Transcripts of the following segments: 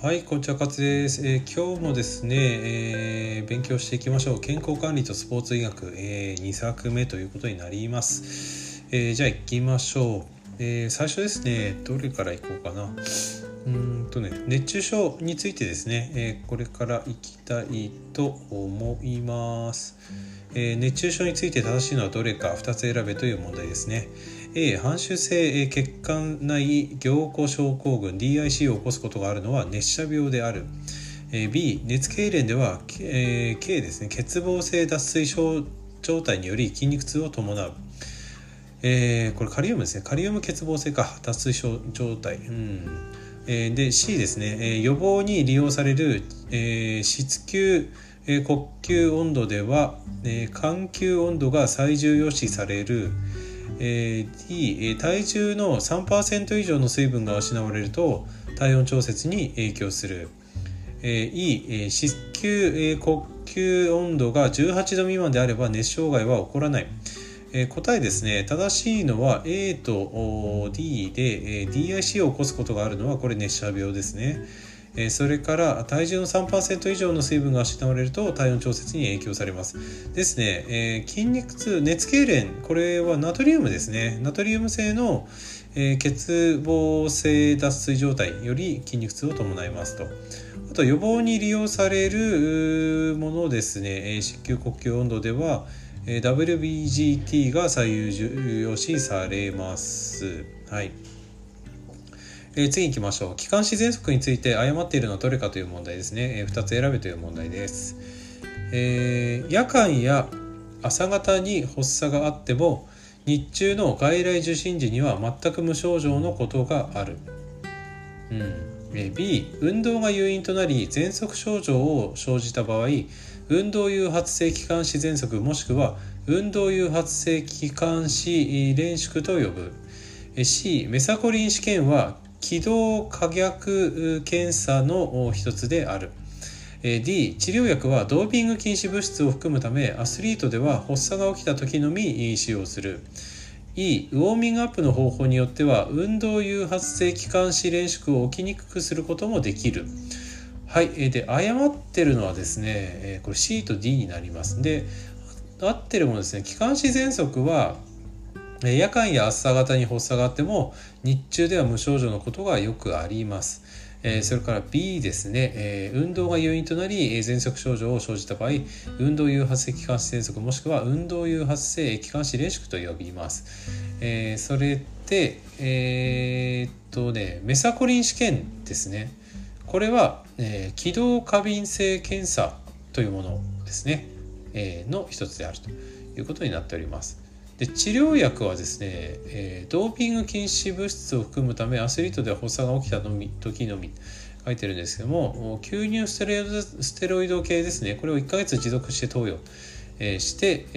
はい、こんにちは、勝です。今日もですね、勉強していきましょう。健康管理とスポーツ医学、2作目ということになります。じゃあ行きましょう。最初ですね、どれから行こうかな。熱中症についてですね、これから行きたいと思います。熱中症について正しいのはどれか2つ選べという問題ですね。A、反射性血管内凝固症候群 DIC を起こすことがあるのは熱射病である。B、熱痙攣では、K ですね、欠乏性脱水症状態により筋肉痛を伴う。これカリウムですね。カリウム欠乏性か脱水症状態。で C ですね、予防に利用される、室球呼吸温度では、環球温度が最重要視される。D、体重の 3% 以上の水分が失われると体温調節に影響する。E、室球呼吸温度が18度未満であれば熱障害は起こらない。答えですね、正しいのは A と D で DIC を起こすことがあるのはこれ熱射病ですね。それから体重の 3% 以上の水分が失われると体温調節に影響されますですね。筋肉痛、熱痙攣、これはナトリウムですね。ナトリウム性の、欠乏性脱水状態より筋肉痛を伴いますと。あと予防に利用されるものですね。室球呼吸温度ではWBGT が最重要視されます。はい。次行きましょう。気管支喘息について誤っているのはどれかという問題ですね。2つ選べという問題です。夜間や朝方に発作があっても日中の外来受診時には全く無症状のことがある。B、運動が誘因となり喘息症状を生じた場合、運動誘発性気管支喘息もしくは運動誘発性気管支連縮と呼ぶ。C、メサコリン試験は気道可逆検査の一つである。D、治療薬はドーピング禁止物質を含むためアスリートでは発作が起きた時のみ使用する。E、ウォーミングアップの方法によっては運動誘発性気管支連縮を起きにくくすることもできる。はい。で、誤ってるのはですね、これ C と D になります。で、合ってるものですね、気管支喘息は夜間や朝方に発作があっても日中では無症状のことがよくあります。それから B ですね、運動が誘因となり喘息症状を生じた場合、運動誘発性気管支喘息もしくは運動誘発性気管支連縮と呼びます。それでメサコリン試験ですね。これは、気道過敏性検査というものですね、の一つであるということになっております。で、治療薬はですね、ドーピング禁止物質を含むためアスリートでは発作が起きた時のみ書いてるんですけども、吸入ステロイド系ですね、これを1ヶ月持続して投与、して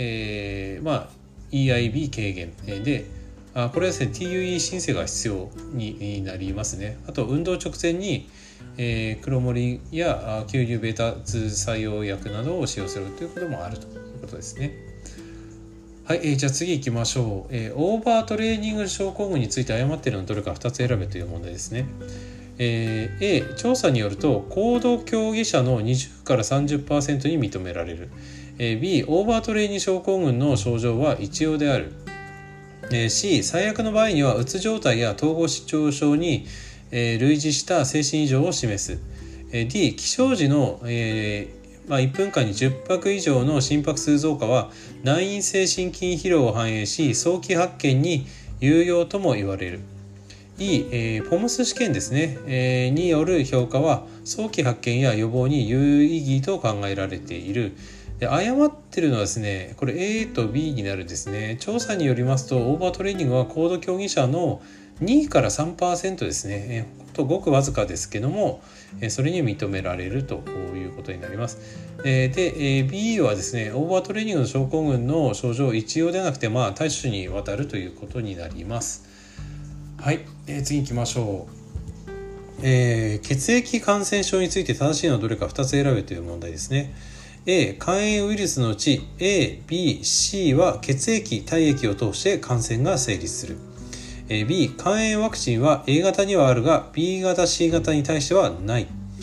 、EIB 軽減、でこれはですね TUE 申請が必要になりますね。あと運動直前にクロモリンや吸入ベータ2作用薬などを使用するということもあるということですね。はい、じゃあ次行きましょう。オーバートレーニング症候群について誤っているのはどれか2つ選べという問題ですね。A、調査によると高度競技者の20から 30% に認められる。B、オーバートレーニング症候群の症状は一様である。C、最悪の場合にはうつ状態や統合失調症に類似した精神異常を示す。D、起床時の1分間に10拍以上の心拍数増加は内因性心筋疲労を反映し早期発見に有用とも言われる。E、ポムス試験ですね、による評価は早期発見や予防に有意義と考えられている。で、誤ってるのはですね、これ A と B になるんですね。調査によりますとオーバートレーニングは高度競技者の2から 3% ですね、ごくわずかですけどもそれに認められるということになります。で B はですね、オーバートレーニングの症候群の症状一様ではなくて多種にわたるということになります。はい、次行きましょう。血液感染症について正しいのはどれか2つ選べという問題ですね。A、肝炎ウイルスのうち A、B、C は血液・体液を通して感染が成立する。B、肝炎ワクチンは A 型にはあるが B 型 C 型に対してはない。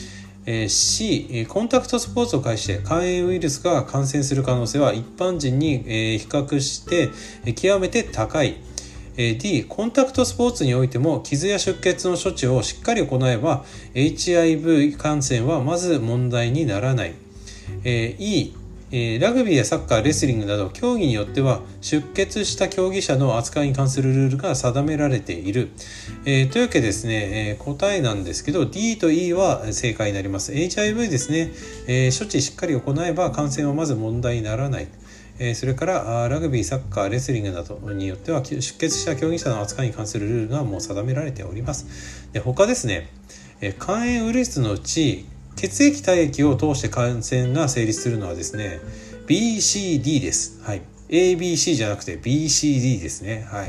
C、コンタクトスポーツを介して肝炎ウイルスが感染する可能性は一般人に比較して極めて高い。D、コンタクトスポーツにおいても傷や出血の処置をしっかり行えば HIV 感染はまず問題にならない。E、ラグビーやサッカー、レスリングなど競技によっては出血した競技者の扱いに関するルールが定められている。というわけでですね、答えなんですけど D と E は正解になります。 HIV ですね、処置しっかり行えば感染はまず問題にならない。それからラグビー、サッカー、レスリングなどによっては出血した競技者の扱いに関するルールがもう定められております。で、他ですね、肝炎ウイルスのうち血液体液を通して感染が成立するのはですね BCD です、はい、ABC じゃなくて BCD ですね、はい、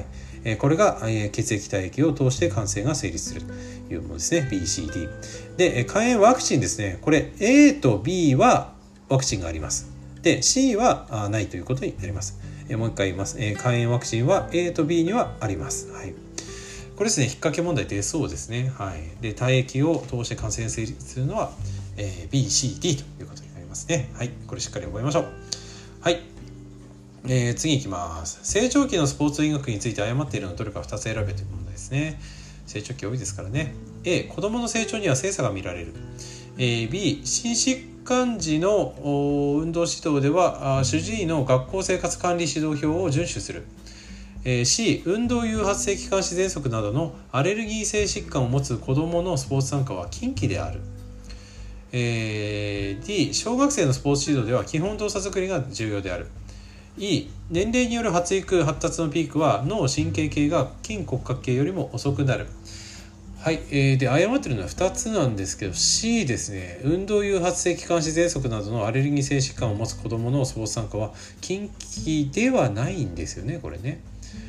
これが血液体液を通して感染が成立するというものですね。 BCD で肝炎ワクチンですね、これ A と B はワクチンがあります。で C はないということになります。もう一回言います。肝炎ワクチンは A と B にはあります。はい、これですね、引っ掛け問題出そうですね。はい、で体液を通して感染が成立するのはBCD ということになりますね。はい、これしっかり覚えましょう。はい、次いきます。成長期のスポーツ医学について誤っているのはどれか2つ選べという問題ですね。成長期多いですからね。A、子どもの成長には性差が見られる。B、心疾患時の運動指導では主治医の学校生活管理指導表を遵守する。C、運動誘発性気管支喘息などのアレルギー性疾患を持つ子どものスポーツ参加は禁忌である。D、小学生のスポーツ指導では基本動作作りが重要である。E、年齢による発育発達のピークは脳神経系が筋骨格系よりも遅くなる。はい、で誤ってるのは2つなんですけど C ですね、運動誘発性気管支喘息などのアレルギー性疾患を持つ子どものスポーツ参加は禁忌ではないんですよね、これね。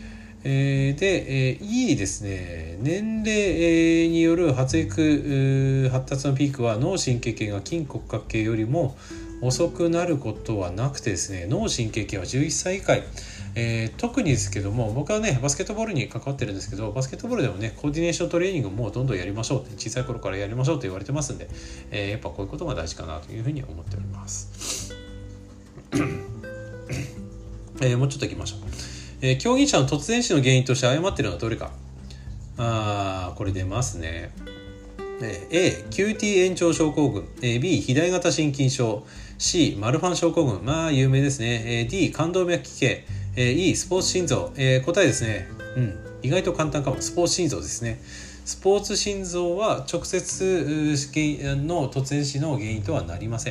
で、E ですね、年齢による発育発達のピークは脳神経系が筋骨格系よりも遅くなることはなくてですね、脳神経系は11歳以下、特にですけども、僕はねバスケットボールに関わってるんですけど、バスケットボールでもねコーディネーショントレーニングもどんどんやりましょうって、小さい頃からやりましょうと言われてますんで、やっぱこういうことが大事かなというふうに思っております。もうちょっといきましょう。競技者の突然死の原因として誤っているのはどれか。これ出ますね。A、QT 延長症候群、B、肥大型心筋症、C、マルファン症候群、まあ有名ですね。D、冠動脈奇形、E、スポーツ心臓。答えですね、意外と簡単かも。スポーツ心臓ですね。スポーツ心臓は直接の突然死の原因とはなりません。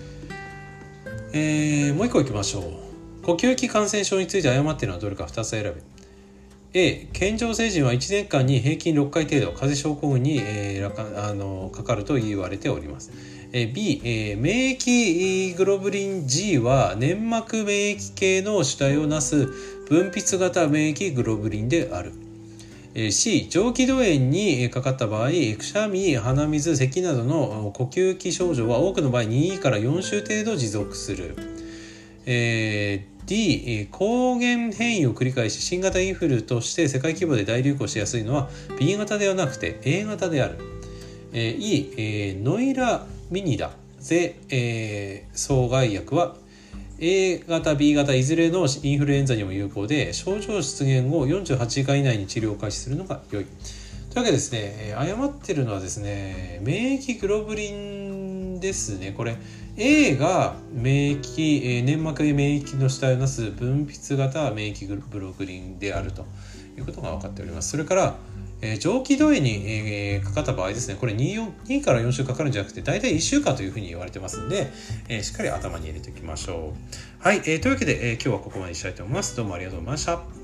もう一個いきましょう。呼吸器感染症について誤っているのはどれか2つ選べ。A、健常成人は1年間に平均6回程度風邪症候群に、かかると言われております。B、免疫グロブリン G は粘膜免疫系の主体をなす分泌型免疫グロブリンである。C、上気道炎にかかった場合、くしゃみ、鼻水、咳などの呼吸器症状は多くの場合2から4週程度持続する。D、抗原変異を繰り返し新型インフルとして世界規模で大流行しやすいのは B 型ではなくて A 型である。E、ノイラミニダゼ、阻害薬は A 型 B 型いずれのインフルエンザにも有効で、症状出現後48時間以内に治療を開始するのが良い。というわけでですね、誤ってるのはですね、免疫グロブリンですね。これ A が免疫、粘膜免疫の主体をなす分泌型免疫グロブリンであるということが分かっております。それから上気道炎に、かかった場合ですね、これ 2から4週かかるんじゃなくて大体1週間というふうに言われてますので、しっかり頭に入れておきましょう。はい、というわけで、今日はここまでにしたいと思います。どうもありがとうございました。